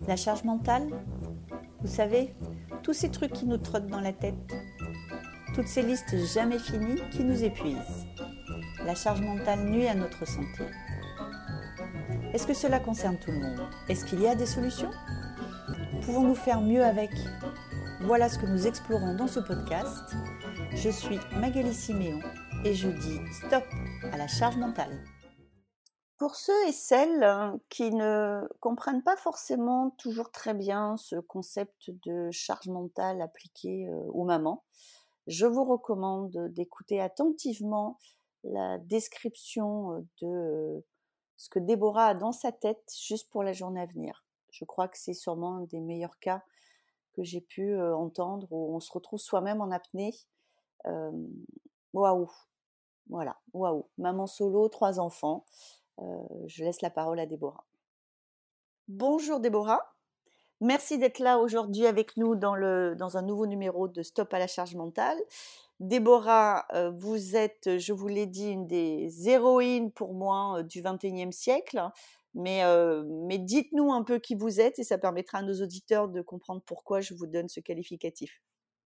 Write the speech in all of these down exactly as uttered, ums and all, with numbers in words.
La charge mentale, vous savez, tous ces trucs qui nous trottent dans la tête, toutes ces listes jamais finies qui nous épuisent. La charge mentale nuit à notre santé. Est-ce que cela concerne tout le monde? Est-ce qu'il y a des solutions? Pouvons-nous faire mieux avec? Voilà ce que nous explorons dans ce podcast. Je suis Magali Siméon et je dis stop à la charge mentale. Pour ceux et celles qui ne comprennent pas forcément toujours très bien ce concept de charge mentale appliqué aux mamans, je vous recommande d'écouter attentivement la description de ce que Déborah a dans sa tête juste pour la journée à venir. Je crois que c'est sûrement un des meilleurs cas que j'ai pu entendre où on se retrouve soi-même en apnée. Euh, waouh, voilà, waouh. Maman solo, trois enfants. Euh, je laisse la parole à Déborah. Bonjour Déborah, merci d'être là aujourd'hui avec nous dans, le, dans un nouveau numéro de Stop à la charge mentale. Déborah, euh, vous êtes, je vous l'ai dit, une des héroïnes pour moi euh, du vingt et unième siècle, mais, euh, mais dites-nous un peu qui vous êtes et ça permettra à nos auditeurs de comprendre pourquoi je vous donne ce qualificatif.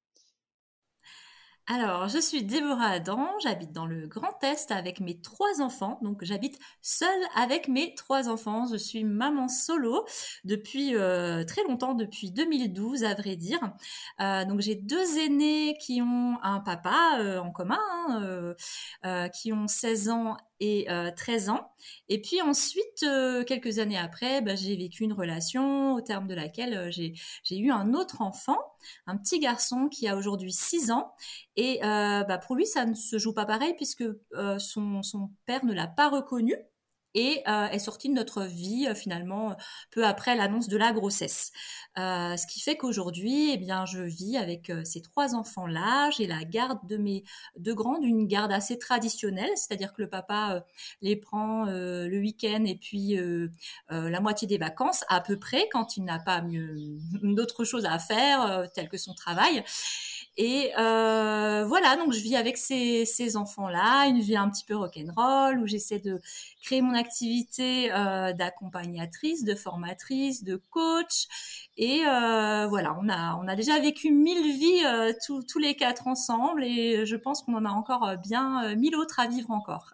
Alors, je suis Déborah Adam, j'habite dans le Grand Est avec mes trois enfants. Donc, j'habite seule avec mes trois enfants. Je suis maman solo depuis euh, très longtemps, depuis deux mille douze à vrai dire. Euh, donc, j'ai deux aînés qui ont un papa euh, en commun, hein, euh, euh, qui ont seize ans et euh, treize ans. Et puis ensuite, euh, quelques années après, bah, j'ai vécu une relation au terme de laquelle euh, j'ai, j'ai eu un autre enfant, un petit garçon qui a aujourd'hui six ans. Et euh, bah, pour lui, ça ne se joue pas pareil puisque euh, son, son père ne l'a pas reconnu et euh, est sorti de notre vie euh, finalement peu après l'annonce de la grossesse. Euh, ce qui fait qu'aujourd'hui, eh bien, je vis avec euh, ces trois enfants-là. J'ai la garde de mes deux grandes, une garde assez traditionnelle, c'est-à-dire que le papa euh, les prend euh, le week-end et puis euh, euh, la moitié des vacances à peu près quand il n'a pas mieux, d'autres choses à faire, euh, telles que son travail. Et euh, voilà, donc je vis avec ces, ces enfants-là, une vie un petit peu rock'n'roll, où j'essaie de créer mon activité euh, d'accompagnatrice, de formatrice, de coach. Et euh, voilà, on a, on a déjà vécu mille vies euh, tous, tous les quatre ensemble, et je pense qu'on en a encore bien euh, mille autres à vivre encore.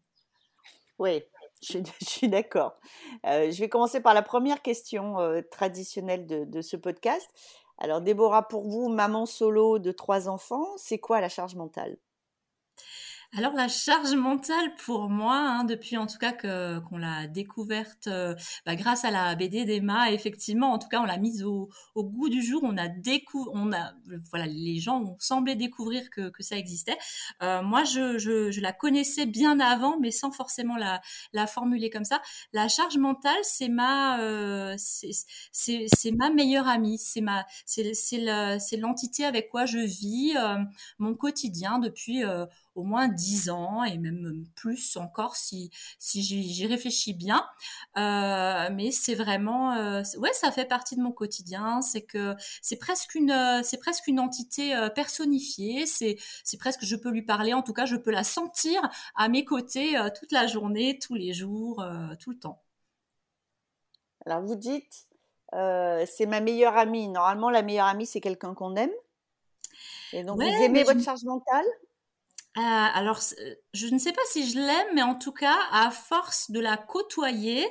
Oui, je, je suis d'accord. Euh, je vais commencer par la première question euh, traditionnelle de, de ce podcast. Alors, Déborah, pour vous, maman solo de trois enfants, c'est quoi la charge mentale? Alors la charge mentale pour moi, hein, depuis en tout cas que qu'on l'a découverte euh, bah, grâce à la B D d'Emma, effectivement, en tout cas on l'a mise au, au goût du jour. On a découvert, on a, voilà, les gens ont semblé découvrir que, que ça existait. Euh, moi, je, je, je la connaissais bien avant, mais sans forcément la, la formuler comme ça. La charge mentale, c'est ma, euh, c'est, c'est, c'est ma meilleure amie. C'est ma, c'est, c'est, le, c'est l'entité avec quoi je vis euh, mon quotidien depuis euh, au moins dix ans et même plus encore si si j'y, j'y réfléchis bien. Euh, mais c'est vraiment, euh, ouais, ça fait partie de mon quotidien. C'est que c'est presque une, c'est presque une entité euh, personnifiée. C'est c'est presque, je peux lui parler. En tout cas, je peux la sentir à mes côtés euh, toute la journée, tous les jours, euh, tout le temps. Alors, vous dites, euh, c'est ma meilleure amie. Normalement, la meilleure amie, c'est quelqu'un qu'on aime. Et donc, Ouais, vous aimez mais je, votre charge mentale? Euh, alors, je ne sais pas si je l'aime, mais en tout cas, à force de la côtoyer,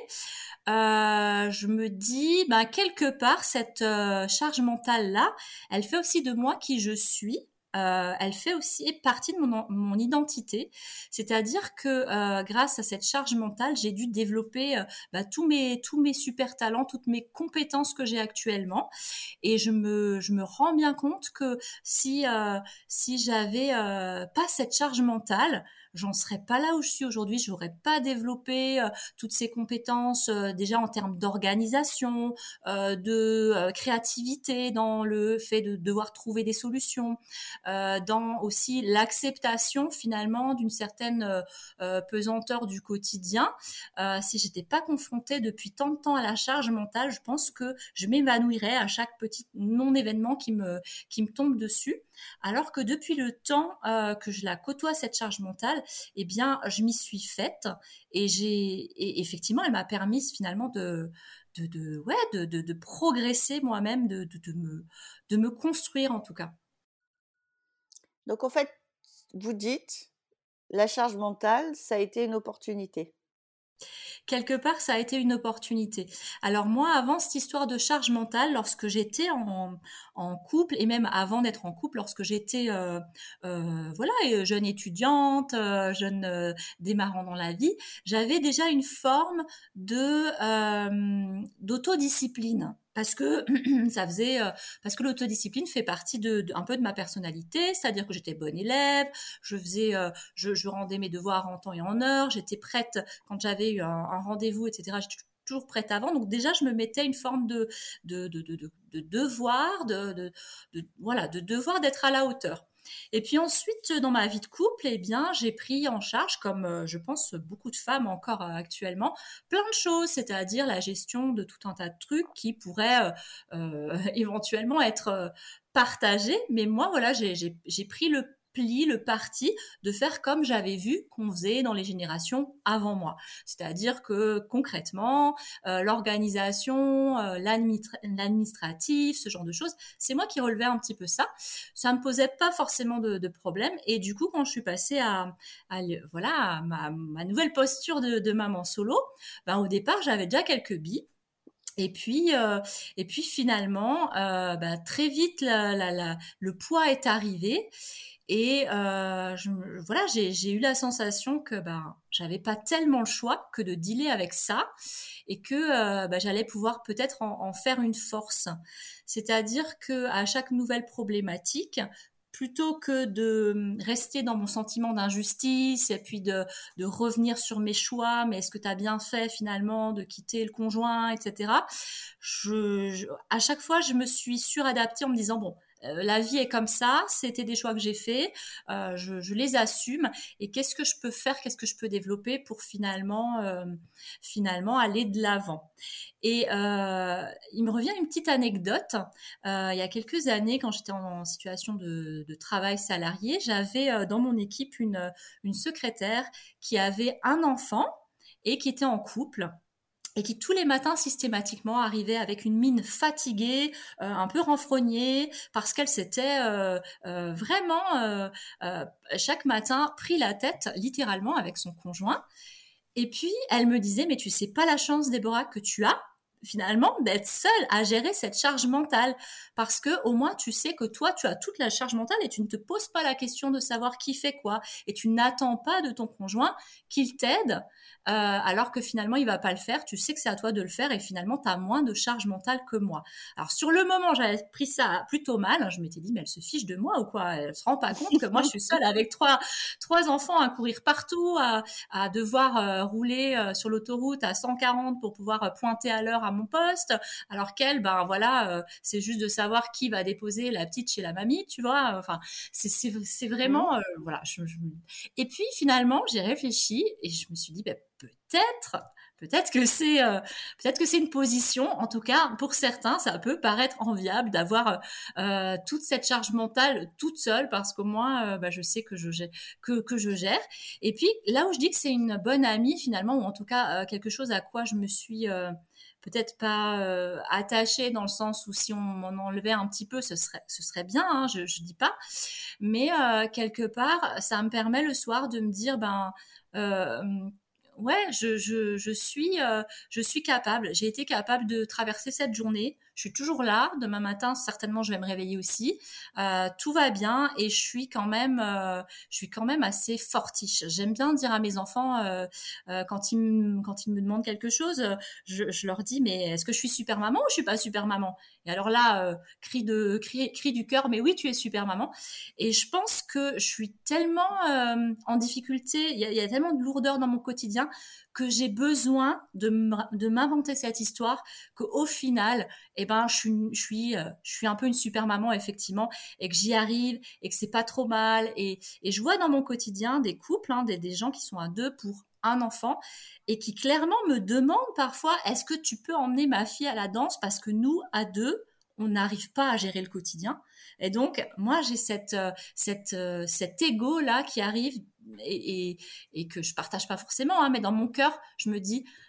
euh, je me dis, bah, quelque part, cette euh, charge mentale-là, elle fait aussi de moi qui je suis. Euh, elle fait aussi partie de mon, mon identité. C'est-à-dire que euh, grâce à cette charge mentale, j'ai dû développer euh, bah, tous mes tous mes super talents, toutes mes compétences que j'ai actuellement. Et je me je me rends bien compte que si euh, si j'avais euh, pas cette charge mentale, j'en serais pas là où je suis aujourd'hui. J'aurais pas développé euh, toutes ces compétences euh, déjà en termes d'organisation, euh, de euh, créativité, dans le fait de devoir trouver des solutions, euh, dans aussi l'acceptation finalement d'une certaine euh, euh, pesanteur du quotidien. Euh, si j'étais pas confrontée depuis tant de temps à la charge mentale, je pense que je m'évanouirais à chaque petit non-événement qui me qui me tombe dessus. Alors que depuis le temps euh, que je la côtoie, cette charge mentale, eh bien, je m'y suis faite et j'ai et effectivement, elle m'a permis finalement de de, de, ouais, de, de, de progresser moi-même, de, de, de, me, de me construire en tout cas. Donc en fait, vous dites, la charge mentale, ça a été une opportunité. Quelque part, ça a été une opportunité. Alors moi, avant cette histoire de charge mentale, lorsque j'étais en, en couple, et même avant d'être en couple, lorsque j'étais euh, euh, voilà, jeune étudiante, euh, jeune euh, démarrant dans la vie, j'avais déjà une forme de euh, d'autodiscipline. Parce que ça faisait, euh, parce que l'autodiscipline fait partie de, de un peu de ma personnalité, c'est-à-dire que j'étais bonne élève, je faisais, euh, je, je rendais mes devoirs en temps et en heure, j'étais prête quand j'avais eu un, un rendez-vous, et cetera. J'étais toujours prête avant, donc déjà je me mettais une forme de de de de, de, de devoir, de, de, de voilà, de devoir d'être à la hauteur. Et puis ensuite, dans ma vie de couple, eh bien, j'ai pris en charge, comme euh, je pense beaucoup de femmes encore euh, actuellement, plein de choses, c'est-à-dire la gestion de tout un tas de trucs qui pourraient euh, euh, éventuellement être euh, partagés. Mais moi, voilà, j'ai, j'ai, j'ai pris le pli, le parti de faire comme j'avais vu qu'on faisait dans les générations avant moi. C'est-à-dire que concrètement, euh, l'organisation, euh, l'administra- l'administratif, ce genre de choses, c'est moi qui relevais un petit peu ça. Ça me posait pas forcément de, de problème. Et du coup, quand je suis passée à, à voilà, à ma, ma nouvelle posture de, de maman solo, ben, au départ, j'avais déjà quelques billes. Et puis, euh, et puis finalement, euh, ben, très vite, la, la, la, le poids est arrivé. Et euh, je, voilà, j'ai, j'ai eu la sensation que ben j'avais pas tellement le choix que de dealer avec ça et que euh, ben, j'allais pouvoir peut-être en, en faire une force. C'est-à-dire que à chaque nouvelle problématique, plutôt que de rester dans mon sentiment d'injustice et puis de, de revenir sur mes choix, mais est-ce que tu as bien fait finalement de quitter le conjoint, et cetera. Je, je, à chaque fois, je me suis suradaptée en me disant, bon, euh, la vie est comme ça, c'était des choix que j'ai faits, euh, je, je les assume et qu'est-ce que je peux faire, qu'est-ce que je peux développer pour finalement, euh, finalement aller de l'avant. Et euh, il me revient une petite anecdote. Euh, il y a quelques années, quand j'étais en, en situation de, de travail salarié, j'avais euh, dans mon équipe une, une secrétaire qui avait un enfant et qui était en couple et qui tous les matins systématiquement arrivait avec une mine fatiguée, euh, un peu renfrognée, parce qu'elle s'était euh, euh, vraiment euh, euh, chaque matin pris la tête littéralement avec son conjoint. Et puis elle me disait, mais tu sais pas la chance, Déborah, que tu as finalement d'être seule à gérer cette charge mentale, parce que au moins tu sais que toi tu as toute la charge mentale et tu ne te poses pas la question de savoir qui fait quoi et tu n'attends pas de ton conjoint qu'il t'aide euh, alors que finalement il va pas le faire. Tu sais que c'est à toi de le faire et finalement tu as moins de charge mentale que moi. Alors sur le moment j'avais pris ça plutôt mal, je m'étais dit mais elle se fiche de moi ou quoi, elle se rend pas compte que moi je suis seule avec trois trois enfants à courir partout, à, à devoir euh, rouler euh, sur l'autoroute à cent quarante pour pouvoir euh, pointer à l'heure à mon poste, alors qu'elle, ben voilà, euh, c'est juste de savoir qui va déposer la petite chez la mamie, tu vois. Enfin, c'est, c'est, c'est vraiment, euh, voilà. Je, je... Et puis finalement, j'ai réfléchi et je me suis dit, ben, peut-être. Peut-être que c'est euh, peut-être que c'est une position, en tout cas pour certains, ça peut paraître enviable d'avoir euh, toute cette charge mentale toute seule parce qu'au moins euh, bah, je sais que je gère, que que je gère. Et puis là où je dis que c'est une bonne amie finalement ou en tout cas euh, quelque chose à quoi je me suis euh, peut-être pas euh, attachée dans le sens où si on m'en enlevait un petit peu, ce serait ce serait bien. Hein, je je dis pas, mais euh, quelque part ça me permet le soir de me dire ben euh, ouais, je, je, je suis, euh, je suis capable. J'ai été capable de traverser cette journée. Je suis toujours là. Demain matin, certainement, je vais me réveiller aussi. Euh, tout va bien et je suis quand même, euh, je suis quand même assez fortiche. J'aime bien dire à mes enfants euh, euh, quand ils me, quand ils me demandent quelque chose, je, je leur dis mais est-ce que je suis super maman ou je suis pas super maman? Et alors là, euh, cri de, cri, cri du cœur, mais oui, tu es super maman. Et je pense que je suis tellement euh, en difficulté. Il y, a, il y a tellement de lourdeur dans mon quotidien que j'ai besoin de, de m'inventer cette histoire qu'au final, eh ben, je suis, je suis, euh, je suis un peu une super maman effectivement, et que j'y arrive et que c'est pas trop mal. Et, et je vois dans mon quotidien des couples, hein, des, des gens qui sont à deux pour un enfant et qui clairement me demandent parfois est-ce que tu peux emmener ma fille à la danse parce que nous à deux on n'arrive pas à gérer le quotidien. Et donc moi j'ai cette euh, cette euh, cet ego là qui arrive et, et, et que je partage pas forcément, hein, mais dans mon cœur je me dis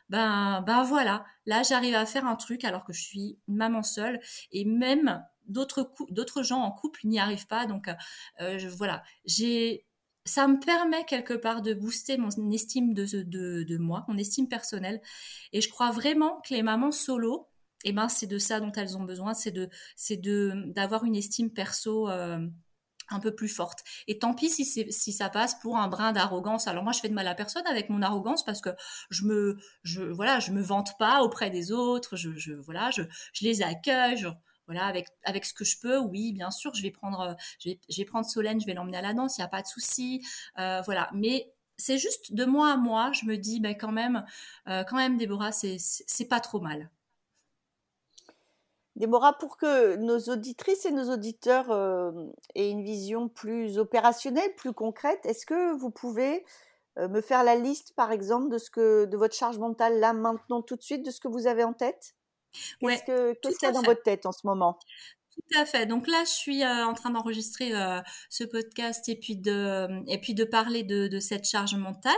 ben, ben voilà, là j'arrive à faire un truc alors que je suis une maman seule et même d'autres cou- d'autres gens en couple n'y arrivent pas. Donc euh, je- voilà, j'ai ça me permet quelque part de booster mon estime de, de, de moi, mon estime personnelle. Et je crois vraiment que les mamans solo, eh ben, c'est de ça dont elles ont besoin, c'est de, c'est de, d'avoir une estime perso euh, un peu plus forte. Et tant pis si, c'est, si ça passe pour un brin d'arrogance. Alors moi, je fais de mal à personne avec mon arrogance parce que je me, je, voilà, je me vante pas auprès des autres. Je, je voilà, je, je les accueille. Je, voilà, avec avec ce que je peux. Oui, bien sûr, je vais prendre, euh, je vais, je vais prendre Solène, je vais l'emmener à la danse. Il y a pas de souci. Euh, voilà, mais c'est juste de moi à moi. Je me dis, ben quand même, euh, quand même, Déborah, c'est c'est c'est pas trop mal. Déborah, pour que nos auditrices et nos auditeurs euh, aient une vision plus opérationnelle, plus concrète, est-ce que vous pouvez euh, me faire la liste, par exemple, de ce que de votre charge mentale là maintenant tout de suite, de ce que vous avez en tête? Qu'est-ce Ouais, que tout qu'est-ce qu'il y a à dans fait. votre tête en ce moment? Tout à fait. Donc là, je suis euh, en train d'enregistrer euh, ce podcast et puis de et puis de parler de, de cette charge mentale.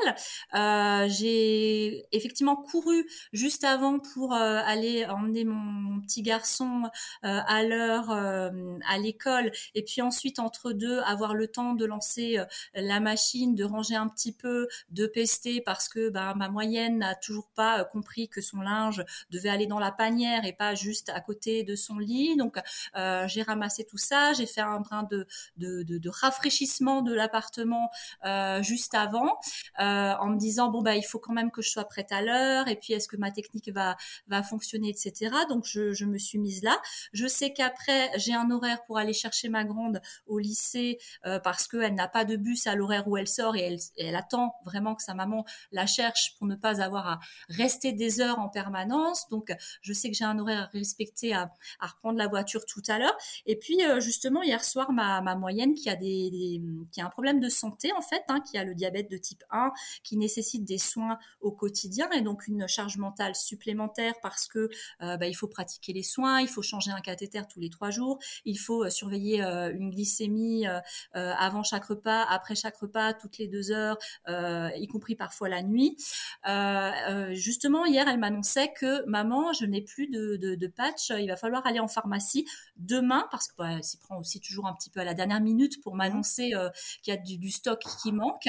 Euh, j'ai effectivement couru juste avant pour euh, aller emmener mon, mon petit garçon euh, à l'heure euh, à l'école et puis ensuite entre deux avoir le temps de lancer euh, la machine, de ranger un petit peu, de pester parce que bah, ma moyenne n'a toujours pas euh, compris que son linge devait aller dans la panière et pas juste à côté de son lit. Donc euh, j'ai ramassé tout ça, j'ai fait un brin de, de, de, de rafraîchissement de l'appartement euh, juste avant, euh, en me disant bon bah il faut quand même que je sois prête à l'heure, et puis est-ce que ma technique va va fonctionner, et cetera. Donc je, je me suis mise là. Je sais qu'après j'ai un horaire pour aller chercher ma grande au lycée euh, parce qu'elle n'a pas de bus à l'horaire où elle sort et elle, elle attend vraiment que sa maman la cherche pour ne pas avoir à rester des heures en permanence. Donc je sais que j'ai un horaire à respecter, à, à reprendre la voiture tout à l'heure. Et puis euh, justement hier soir, ma, ma moyenne qui a des, des qui a un problème de santé en fait, hein, qui a le diabète de type un, qui nécessite des soins au quotidien et donc une charge mentale supplémentaire parce que euh, bah, il faut pratiquer les soins, il faut changer un cathéter tous les trois jours, il faut euh, surveiller euh, une glycémie euh, euh, avant chaque repas, après chaque repas, toutes les deux heures, euh, y compris parfois la nuit. Euh, euh, justement, hier, elle m'annonçait que maman, je n'ai plus de, de, de patch, il va falloir aller en pharmacie demain parce que bah, elle s'y prend aussi toujours un petit peu à la dernière minute pour Mmh. m'annoncer euh, qu'il y a du, du stock qui manque.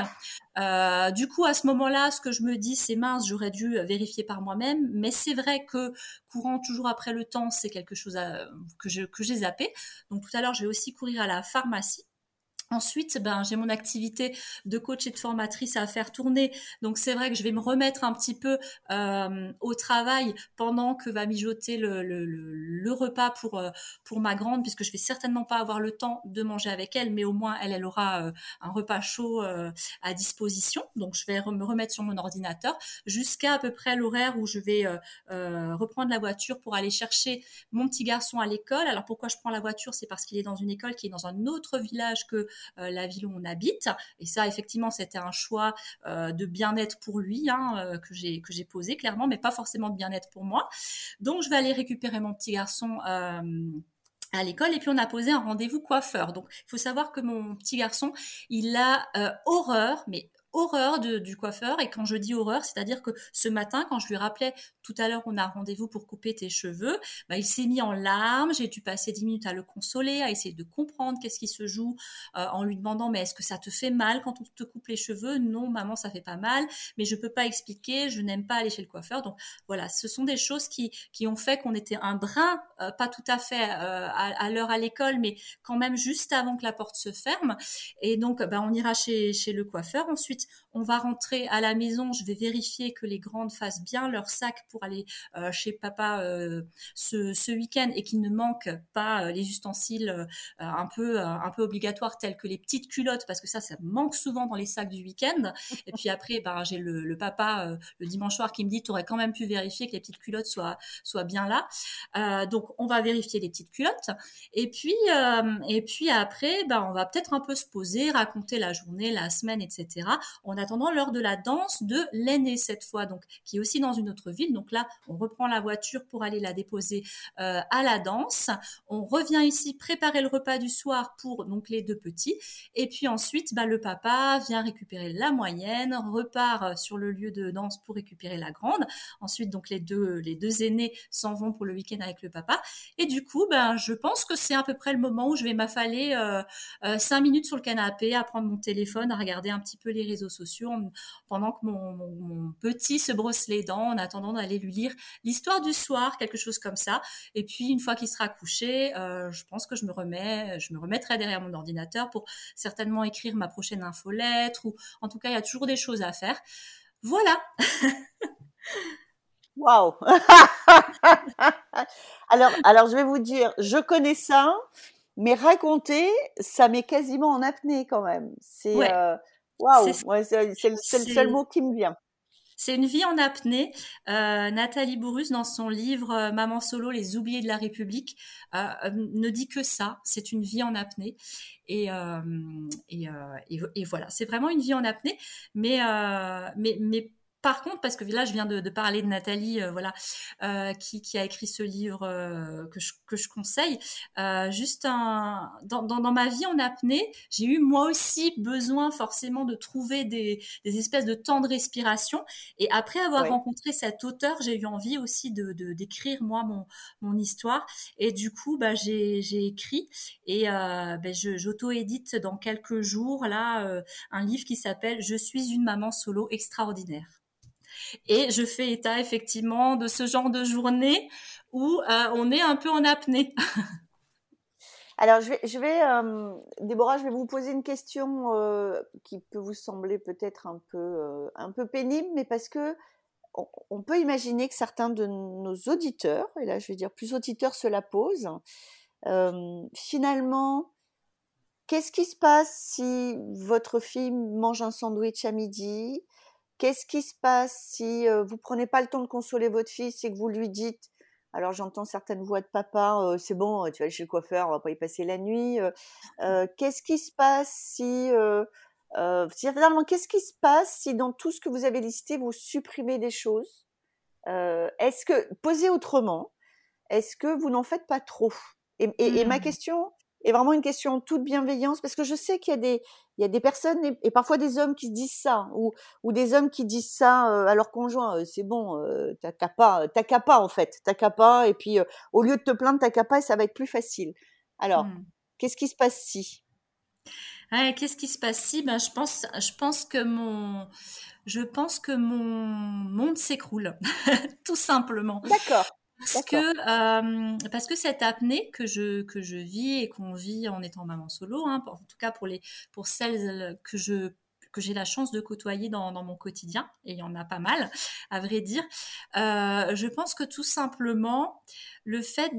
Euh, du coup, à ce moment-là, ce que je me dis, c'est mince, j'aurais dû vérifier par moi-même, mais c'est vrai que courant toujours après le temps, c'est quelque chose à, que je, que j'ai zappé. Donc tout à l'heure, je vais aussi courir à la pharmacie. Ensuite, ben, j'ai mon activité de coach et de formatrice à faire tourner. Donc, c'est vrai que je vais me remettre un petit peu euh, au travail pendant que va mijoter le, le, le, le repas pour, euh, pour ma grande, puisque je vais certainement pas avoir le temps de manger avec elle, mais au moins, elle, elle aura euh, un repas chaud euh, à disposition. Donc, je vais re- me remettre sur mon ordinateur jusqu'à à peu près l'horaire où je vais euh, euh, reprendre la voiture pour aller chercher mon petit garçon à l'école. Alors, pourquoi je prends la voiture? C'est parce qu'il est dans une école qui est dans un autre village que euh, la ville où on habite. Et ça, effectivement, c'était un choix euh, de bien-être pour lui hein, euh, que j'ai que j'ai posé clairement, mais pas forcément de bien-être pour moi. Donc, je vais aller récupérer mon petit garçon. Euh, à l'école et puis on a posé un rendez-vous coiffeur. Donc il faut savoir que mon petit garçon, il a euh, horreur, mais horreur de, du coiffeur. Et quand je dis horreur, c'est-à-dire que ce matin, quand je lui rappelais tout à l'heure on a rendez-vous pour couper tes cheveux, bah, il s'est mis en larmes. J'ai dû passer dix minutes à le consoler, à essayer de comprendre qu'est-ce qui se joue euh, en lui demandant mais est-ce que ça te fait mal quand on te coupe les cheveux? Non maman, ça fait pas mal, mais je peux pas expliquer, je n'aime pas aller chez le coiffeur. Donc voilà, ce sont des choses qui, qui ont fait qu'on était un brin, euh, pas tout à fait euh, à, à l'heure à l'école, mais quand même juste avant que la porte se ferme. Et donc, bah, on ira chez, chez le coiffeur. Ensuite, on va rentrer à la maison. Je vais vérifier que les grandes fassent bien leur sac pour aller euh, chez papa euh, ce, ce week-end et qu'il ne manque pas euh, les ustensiles euh, un peu euh, un peu obligatoires tels que les petites culottes parce que ça, ça manque souvent dans les sacs du week-end. Et puis après, bah, j'ai le, le papa euh, le dimanche soir qui me dit, tu aurais quand même pu vérifier que les petites culottes soient soient bien là. Euh, donc, on va vérifier les petites culottes. Et puis, euh, et puis après, bah, on va peut-être un peu se poser, raconter la journée, la semaine, et cetera. en attendant l'heure de la danse de l'aînée cette fois, donc qui est aussi dans une autre ville. Donc là, on reprend la voiture pour aller la déposer euh, à la danse. On revient ici préparer le repas du soir pour donc les deux petits. Et puis ensuite, bah, le papa vient récupérer la moyenne, repart sur le lieu de danse pour récupérer la grande. Ensuite, donc les deux, les deux aînés s'en vont pour le week-end avec le papa. Et du coup, ben, je pense que c'est à peu près le moment où je vais m'affaler euh, euh, cinq minutes sur le canapé, à prendre mon téléphone, à regarder un petit peu les réseaux sociaux pendant que mon, mon, mon petit se brosse les dents en attendant d'aller lui lire l'histoire du soir, quelque chose comme ça. Et puis, une fois qu'il sera couché, euh, je pense que je me remets, je me remettrai derrière mon ordinateur pour certainement écrire ma prochaine infolettre ou en tout cas, il y a toujours des choses à faire. Voilà. Waouh. alors, alors, je vais vous dire, je connais ça, mais raconter, ça m'est quasiment en apnée quand même. C'est ouais. euh, waouh. C'est, Ouais, c'est, c'est, c'est le seul mot qui me vient. C'est une vie en apnée. Euh, Nathalie Bourrus, dans son livre euh, Maman solo, les oubliés de la République, euh, ne dit que ça. C'est une vie en apnée. Et, euh, et, euh, et, et voilà, c'est vraiment une vie en apnée. Mais, euh, mais, mais par contre, parce que là, je viens de, de parler de Nathalie, euh, voilà, euh, qui, qui a écrit ce livre euh, que, je, que je conseille. Euh, juste un, dans, dans, dans ma vie en apnée, j'ai eu moi aussi besoin forcément de trouver des, des espèces de temps de respiration. Et après avoir Ouais. rencontré cet auteur, j'ai eu envie aussi de, de d'écrire moi mon, mon histoire. Et du coup, bah, j'ai, j'ai écrit et euh, bah, je, j'auto-édite dans quelques jours là euh, un livre qui s'appelle Je suis une maman solo extraordinaire. Et je fais état effectivement de ce genre de journée où euh, on est un peu en apnée. Alors, je vais, je vais euh, Déborah, je vais vous poser une question euh, qui peut vous sembler peut-être un peu, euh, un peu pénible, mais parce que on, on peut imaginer que certains de nos auditeurs, et là je vais dire plus auditeurs, se la posent. Euh, finalement, qu'est-ce qui se passe si votre fille mange un sandwich à midi? Qu'est-ce qui se passe si euh, vous prenez pas le temps de consoler votre fils et que vous lui dites, alors j'entends certaines voix de papa, euh, c'est bon, tu vas aller chez le coiffeur, on va pas y passer la nuit. Euh, euh, qu'est-ce qui se passe si, euh, euh, si finalement, qu'est-ce qui se passe si dans tout ce que vous avez listé, vous supprimez des choses? euh, Est-ce que, posé autrement, est-ce que vous n'en faites pas trop? et, et, et ma question est vraiment une question en toute bienveillance, parce que je sais qu'il y a des, il y a des personnes et, et parfois des hommes qui se disent ça, ou, ou des hommes qui disent ça euh, à leur conjoint, euh, c'est bon, euh, t'as qu'à pas, t'as qu'à pas en fait, t'as qu'à pas, et puis euh, au lieu de te plaindre, t'as qu'à pas et ça va être plus facile. Alors, Hmm. qu'est-ce qui se passe si? Ouais, qu'est-ce qui se passe si ben, je pense, je pense que mon, je pense que mon monde s'écroule, tout simplement. D'accord, Parce que, d'accord. euh, parce que cette apnée que je, que je vis et qu'on vit en étant maman solo, hein, en tout cas pour, les, pour celles que je que j'ai la chance de côtoyer dans, dans mon quotidien, et il y en a pas mal, à vrai dire, euh, je pense que tout simplement, le fait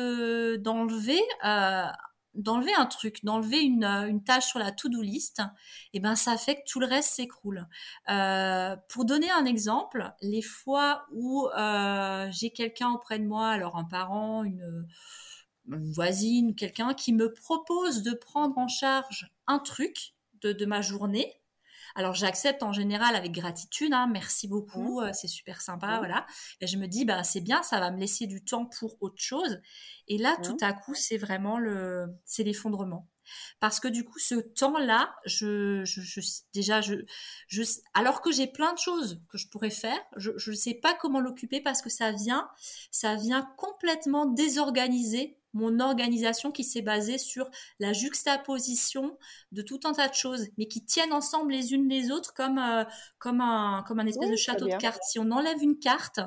de d'enlever euh, d'enlever un truc, d'enlever une, une tâche sur la to-do list, et ben ça fait que tout le reste s'écroule. Euh, pour donner un exemple, les fois où euh, j'ai quelqu'un auprès de moi, alors un parent, une, une voisine, quelqu'un qui me propose de prendre en charge un truc de, de ma journée, alors j'accepte en général avec gratitude, hein, merci Mmh, beaucoup, euh, c'est super sympa, mmh, voilà. Et je me dis, bah c'est bien, ça va me laisser du temps pour autre chose. Et là, tout mmh. à coup, c'est vraiment le, c'est l'effondrement. Parce que du coup, ce temps-là, je, je, je déjà, je, je, alors que j'ai plein de choses que je pourrais faire, je ne sais pas comment l'occuper parce que ça vient, ça vient complètement désorganiser mon organisation qui s'est basée sur la juxtaposition de tout un tas de choses, mais qui tiennent ensemble les unes les autres comme, euh, comme, un, comme un espèce Oui, de très château de bien. cartes. Si on enlève une carte,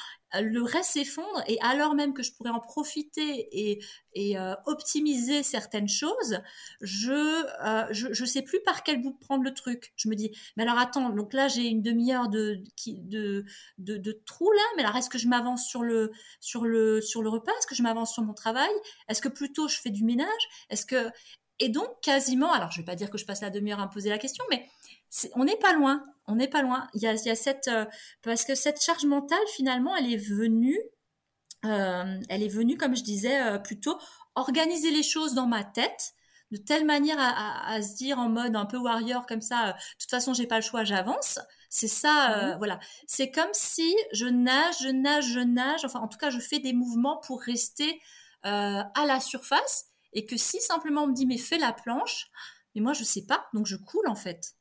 le reste s'effondre, et alors même que je pourrais en profiter et, et euh, optimiser certaines choses, je, euh, je je sais plus par quel bout prendre le truc. Je me dis, mais alors attends, donc là j'ai une demi-heure de de de, de trou là, mais alors est-ce que je m'avance sur le sur le sur le repas, est-ce que je m'avance sur mon travail, est-ce que plutôt je fais du ménage, est-ce que et donc quasiment, alors je vais pas dire que je passe la demi-heure à me poser la question, mais c'est, on n'est pas loin, on n'est pas loin. Il y a, il y a cette euh, parce que cette charge mentale finalement, elle est venue, euh, elle est venue comme je disais euh, plutôt organiser les choses dans ma tête de telle manière à, à, à se dire en mode un peu warrior comme ça, euh, de toute façon j'ai pas le choix, j'avance. C'est ça, Mmh. euh, voilà. C'est comme si je nage, je nage, je nage. Enfin, en tout cas, je fais des mouvements pour rester euh, à la surface et que si simplement on me dit mais fais la planche, mais moi je sais pas, donc je coule en fait.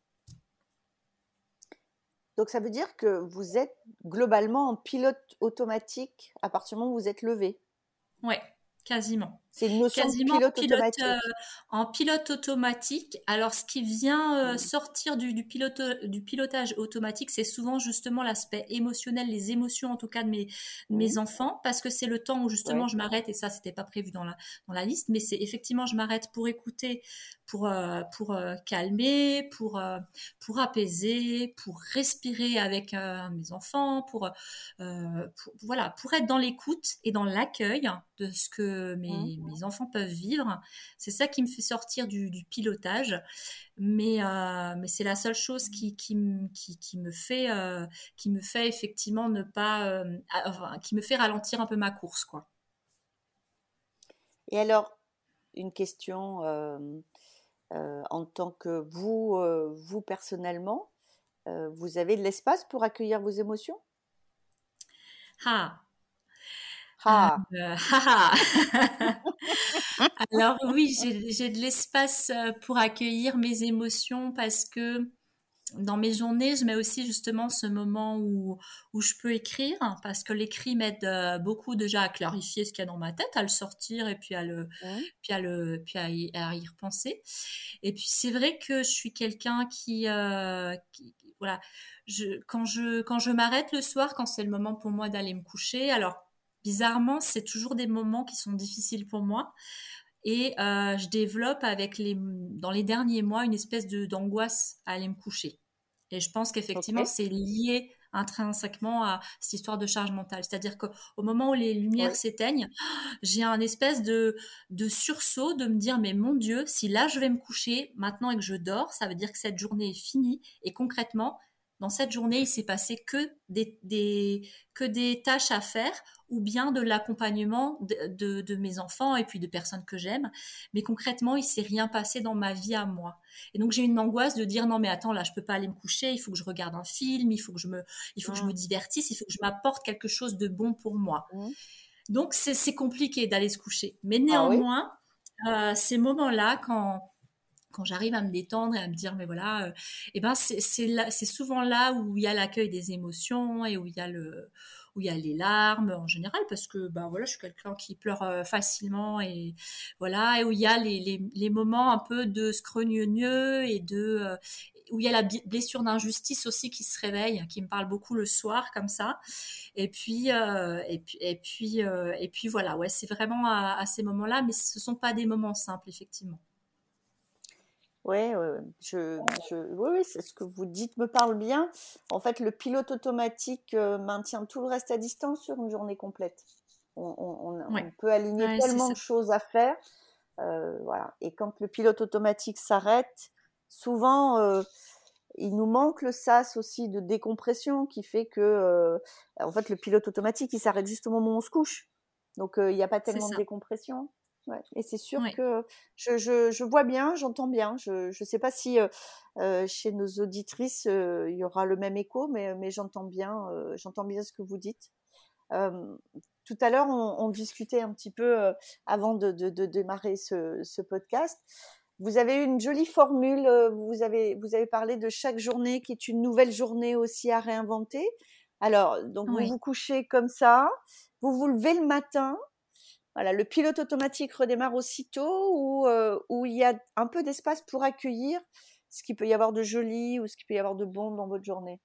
Donc ça veut dire que vous êtes globalement en pilote automatique à partir du moment où vous êtes levé. Ouais, quasiment. C'est une notion de Quasiment pilote pilote, euh, automatique. en pilote automatique. Alors, ce qui vient euh, Mmh. sortir du, du, pilote, du pilotage automatique, c'est souvent justement l'aspect émotionnel, les émotions en tout cas de mes, de Mmh. mes enfants, parce que c'est le temps où justement Ouais. je m'arrête, et ça, c'était pas prévu dans la, dans la liste, mais c'est effectivement, je m'arrête pour écouter, pour, euh, pour euh, calmer, pour, euh, pour apaiser, pour respirer avec euh, mes enfants, pour, euh, pour, voilà, pour être dans l'écoute et dans l'accueil de ce que Mmh. mes, mes enfants peuvent vivre. C'est ça qui me fait sortir du, du pilotage, mais, euh, mais c'est la seule chose qui, qui, qui, qui me fait, euh, qui me fait effectivement ne pas, euh, enfin, qui me fait ralentir un peu ma course, quoi. Et alors, une question euh, euh, en tant que vous, euh, vous personnellement, euh, vous avez de l'espace pour accueillir vos émotions? Ah, Ah, euh, ah, ah. Alors oui, j'ai, j'ai de l'espace euh, pour accueillir mes émotions parce que dans mes journées, je mets aussi justement ce moment où, où je peux écrire, hein, parce que l'écrit m'aide euh, beaucoup déjà à clarifier ce qu'il y a dans ma tête, à le sortir et puis à le, mmh, puis à le, puis à y, à y repenser. Et puis c'est vrai que je suis quelqu'un qui, euh, qui voilà, je, quand je, quand je m'arrête le soir, quand c'est le moment pour moi d'aller me coucher, alors bizarrement, c'est toujours des moments qui sont difficiles pour moi. Et euh, je développe avec les, dans les derniers mois une espèce de, d'angoisse à aller me coucher. Et je pense ok. qu'effectivement, c'est lié intrinsèquement à cette histoire de charge mentale. C'est-à-dire qu'au moment où les lumières Oui. s'éteignent, j'ai un espèce de, de sursaut de me dire, mais mon Dieu, si là je vais me coucher maintenant et que je dors, ça veut dire que cette journée est finie. Et concrètement, dans cette journée, il s'est passé que des, des, que des tâches à faire ou bien de l'accompagnement de, de, de mes enfants et puis de personnes que j'aime. Mais concrètement, il s'est rien passé dans ma vie à moi. Et donc j'ai une angoisse de dire non mais attends là je peux pas aller me coucher, il faut que je regarde un film, il faut que je me, il faut que je me Mmh, divertisse, il faut que je m'apporte quelque chose de bon pour moi. mmh. Donc c'est, c'est compliqué d'aller se coucher. Mais Ah oui? néanmoins, euh, ces moments-là quand quand j'arrive à me détendre et à me dire mais voilà, euh, eh ben c'est c'est là, c'est souvent là où il y a l'accueil des émotions et où il y a le où il y a les larmes en général parce que ben voilà je suis quelqu'un qui pleure euh, facilement et voilà et où il y a les, les, les moments un peu de scrogneux et de euh, où il y a la blessure d'injustice aussi qui se réveille, qui me parle beaucoup le soir comme ça. Et puis euh, et puis et puis euh, et puis voilà ouais c'est vraiment à, à ces moments-là, mais ce sont pas des moments simples effectivement. Ouais, ouais, ouais. Je, je, oui, oui, c'est ce que vous dites me parle bien. En fait, le pilote automatique euh, maintient tout le reste à distance sur une journée complète. On, on- on- Ouais, on peut aligner ouais c'est tellement ça. de choses à faire, euh, voilà. Et quand le pilote automatique s'arrête, souvent, euh, il nous manque le sas aussi de décompression qui fait que, euh, en fait, le pilote automatique, il s'arrête juste au moment où on se couche. Donc, euh, il n'y a pas C'est tellement de ça. décompression. Ouais. Et c'est sûr Ouais. que je, je, je vois bien, j'entends bien. Je ne sais pas si euh, euh, chez nos auditrices, euh, il y aura le même écho, mais, mais j'entends bien, euh, j'entends bien ce que vous dites. Euh, Tout à l'heure, on, on discutait un petit peu euh, avant de, de, de démarrer ce, ce podcast. Vous avez eu une jolie formule. euh, Vous avez, vous avez parlé de chaque journée qui est une nouvelle journée aussi à réinventer. Alors, donc vous Oui. vous couchez comme ça, vous vous levez le matin. Voilà, le pilote automatique redémarre aussitôt ou euh, où il y a un peu d'espace pour accueillir ce qu'il peut y avoir de joli ou ce qu'il peut y avoir de bon dans votre journée.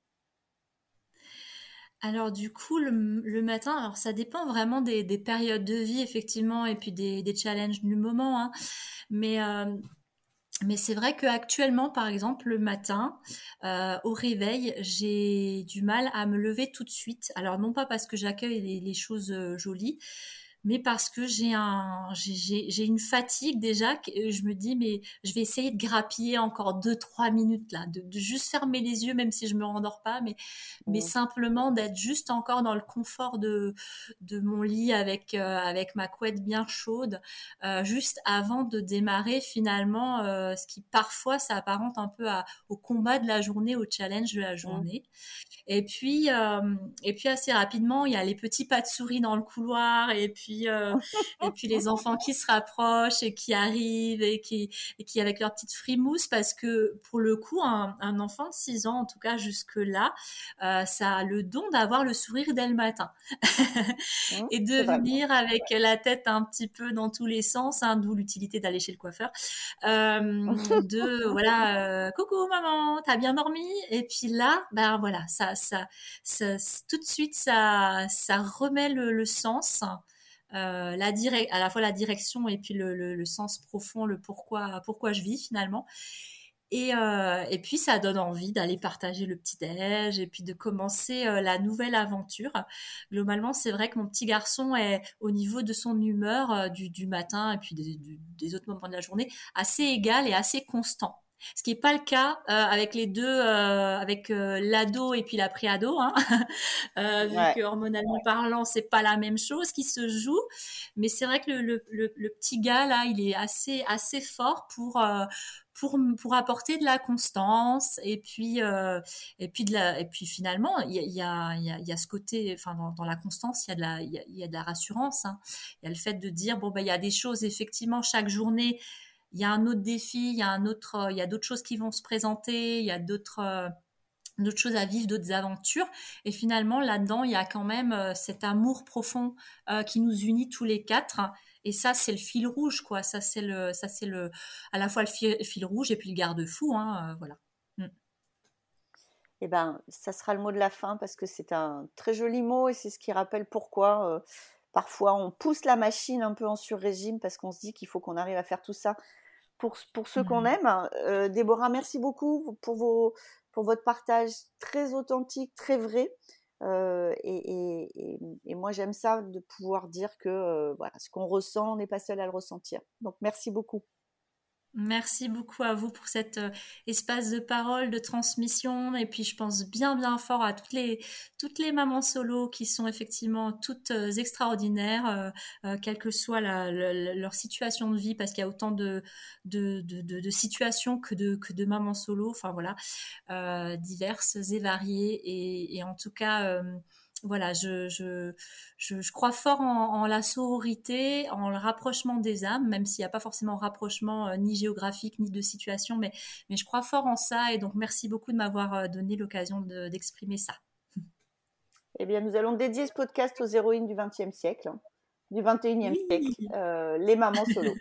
Alors du coup, le, le matin, alors ça dépend vraiment des, des périodes de vie, effectivement, et puis des, des challenges du moment, hein. Mais, euh, mais c'est vrai qu'actuellement, par exemple, le matin, euh, au réveil, j'ai du mal à me lever tout de suite. Alors non pas parce que j'accueille les, les choses euh, jolies, mais parce que j'ai un, j'ai, j'ai, j'ai une fatigue déjà. Que je me dis, mais je vais essayer de grappiller encore deux, trois minutes là, de, de juste fermer les yeux, même si je me rendors pas, mais, mais Mm. simplement d'être juste encore dans le confort de, de mon lit avec, euh, avec ma couette bien chaude, euh, juste avant de démarrer finalement, euh, ce qui parfois s'apparente un peu à, au combat de la journée, au challenge de la Mm. journée. Et puis, euh, et puis assez rapidement, il y a les petits pas de souris dans le couloir, et puis, euh, et puis les enfants qui se rapprochent et qui arrivent et qui, et qui avec leur petite frimousse, parce que pour le coup, un, un enfant de six ans, en tout cas jusque là, euh, ça a le don d'avoir le sourire dès le matin Mm. et de C'est vrai. venir avec la tête un petit peu dans tous les sens, hein, d'où l'utilité d'aller chez le coiffeur. Euh, de voilà, euh, coucou maman, t'as bien dormi? Et puis là, ben voilà, ça, ça, ça, tout de suite, ça, ça remet le, le sens, euh, la direc- à la fois la direction et puis le, le, le sens profond, le pourquoi, pourquoi je vis finalement. Et, euh, et puis ça donne envie d'aller partager le petit-déj et puis de commencer euh, la nouvelle aventure. Globalement, c'est vrai que mon petit garçon est au niveau de son humeur euh, du, du matin et puis des, du- des autres moments de la journée assez égal et assez constant. Ce qui n'est pas le cas euh, avec les deux, euh, avec euh, l'ado et puis la pré-ado, hein. Euh, vu Ouais. que hormonalement parlant, c'est pas la même chose qui se joue. Mais c'est vrai que le, le, le, le petit gars là, il est assez assez fort pour euh, pour pour apporter de la constance et puis euh, et puis de la et puis finalement il y a il y a il y a, il y a ce côté, enfin dans, dans la constance il y a de la il y a, il y a de la rassurance, hein. Il y a le fait de dire bon ben il y a des choses effectivement chaque journée, il y a un autre défi, il y a un autre il y a d'autres choses qui vont se présenter, il y a d'autres euh, d'autres choses à vivre, d'autres aventures. Et finalement, là-dedans, il y a quand même euh, cet amour profond euh, qui nous unit tous les quatre. Et ça, c'est le fil rouge, quoi. Ça, c'est le, ça, c'est le, à la fois le fil, fil rouge et puis le garde-fou, hein, euh, voilà. Mm. Eh ben, ça sera le mot de la fin parce que c'est un très joli mot et c'est ce qui rappelle pourquoi euh, parfois on pousse la machine un peu en sur-régime parce qu'on se dit qu'il faut qu'on arrive à faire tout ça pour, pour ceux qu'on Mm. aime. Euh, Déborah, merci beaucoup pour, vos, pour votre partage très authentique, très vrai. Euh, et, et, et, et moi, j'aime ça de pouvoir dire que euh, voilà, ce qu'on ressent, on n'est pas seul à le ressentir. Donc, merci beaucoup. Merci beaucoup à vous pour cet euh, espace de parole, de transmission. Et puis, je pense bien, bien fort à toutes les, toutes les mamans solo qui sont effectivement toutes euh, extraordinaires, euh, euh, quelle que soit la, la- leur situation de vie, parce qu'il y a autant de, de, de, de- de situations que de, que de mamans solo. Enfin, voilà, euh, diverses et variées. Et, et en tout cas, euh, voilà, je, je, je, je crois fort en, en la sororité, en le rapprochement des âmes, même s'il n'y a pas forcément rapprochement euh, ni géographique ni de situation, mais, mais je crois fort en ça. Et donc, merci beaucoup de m'avoir euh, donné l'occasion de- d'exprimer ça. Eh bien, nous allons dédier ce podcast aux héroïnes du vingtième siècle, hein, du vingt et unième siècle, Oui, euh, les mamans solo.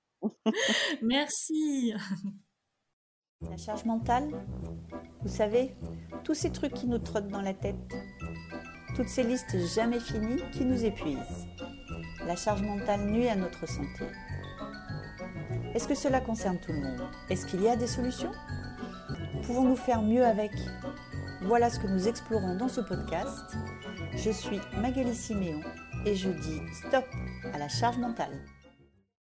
merci. La charge mentale, vous savez, tous ces trucs qui nous trottent dans la tête, toutes ces listes jamais finies qui nous épuisent. La charge mentale nuit à notre santé. Est-ce que cela concerne tout le monde? Est-ce qu'il y a des solutions? Pouvons-nous faire mieux avec? Voilà ce que nous explorons dans ce podcast. Je suis Magali Siméon et je dis stop à la charge mentale.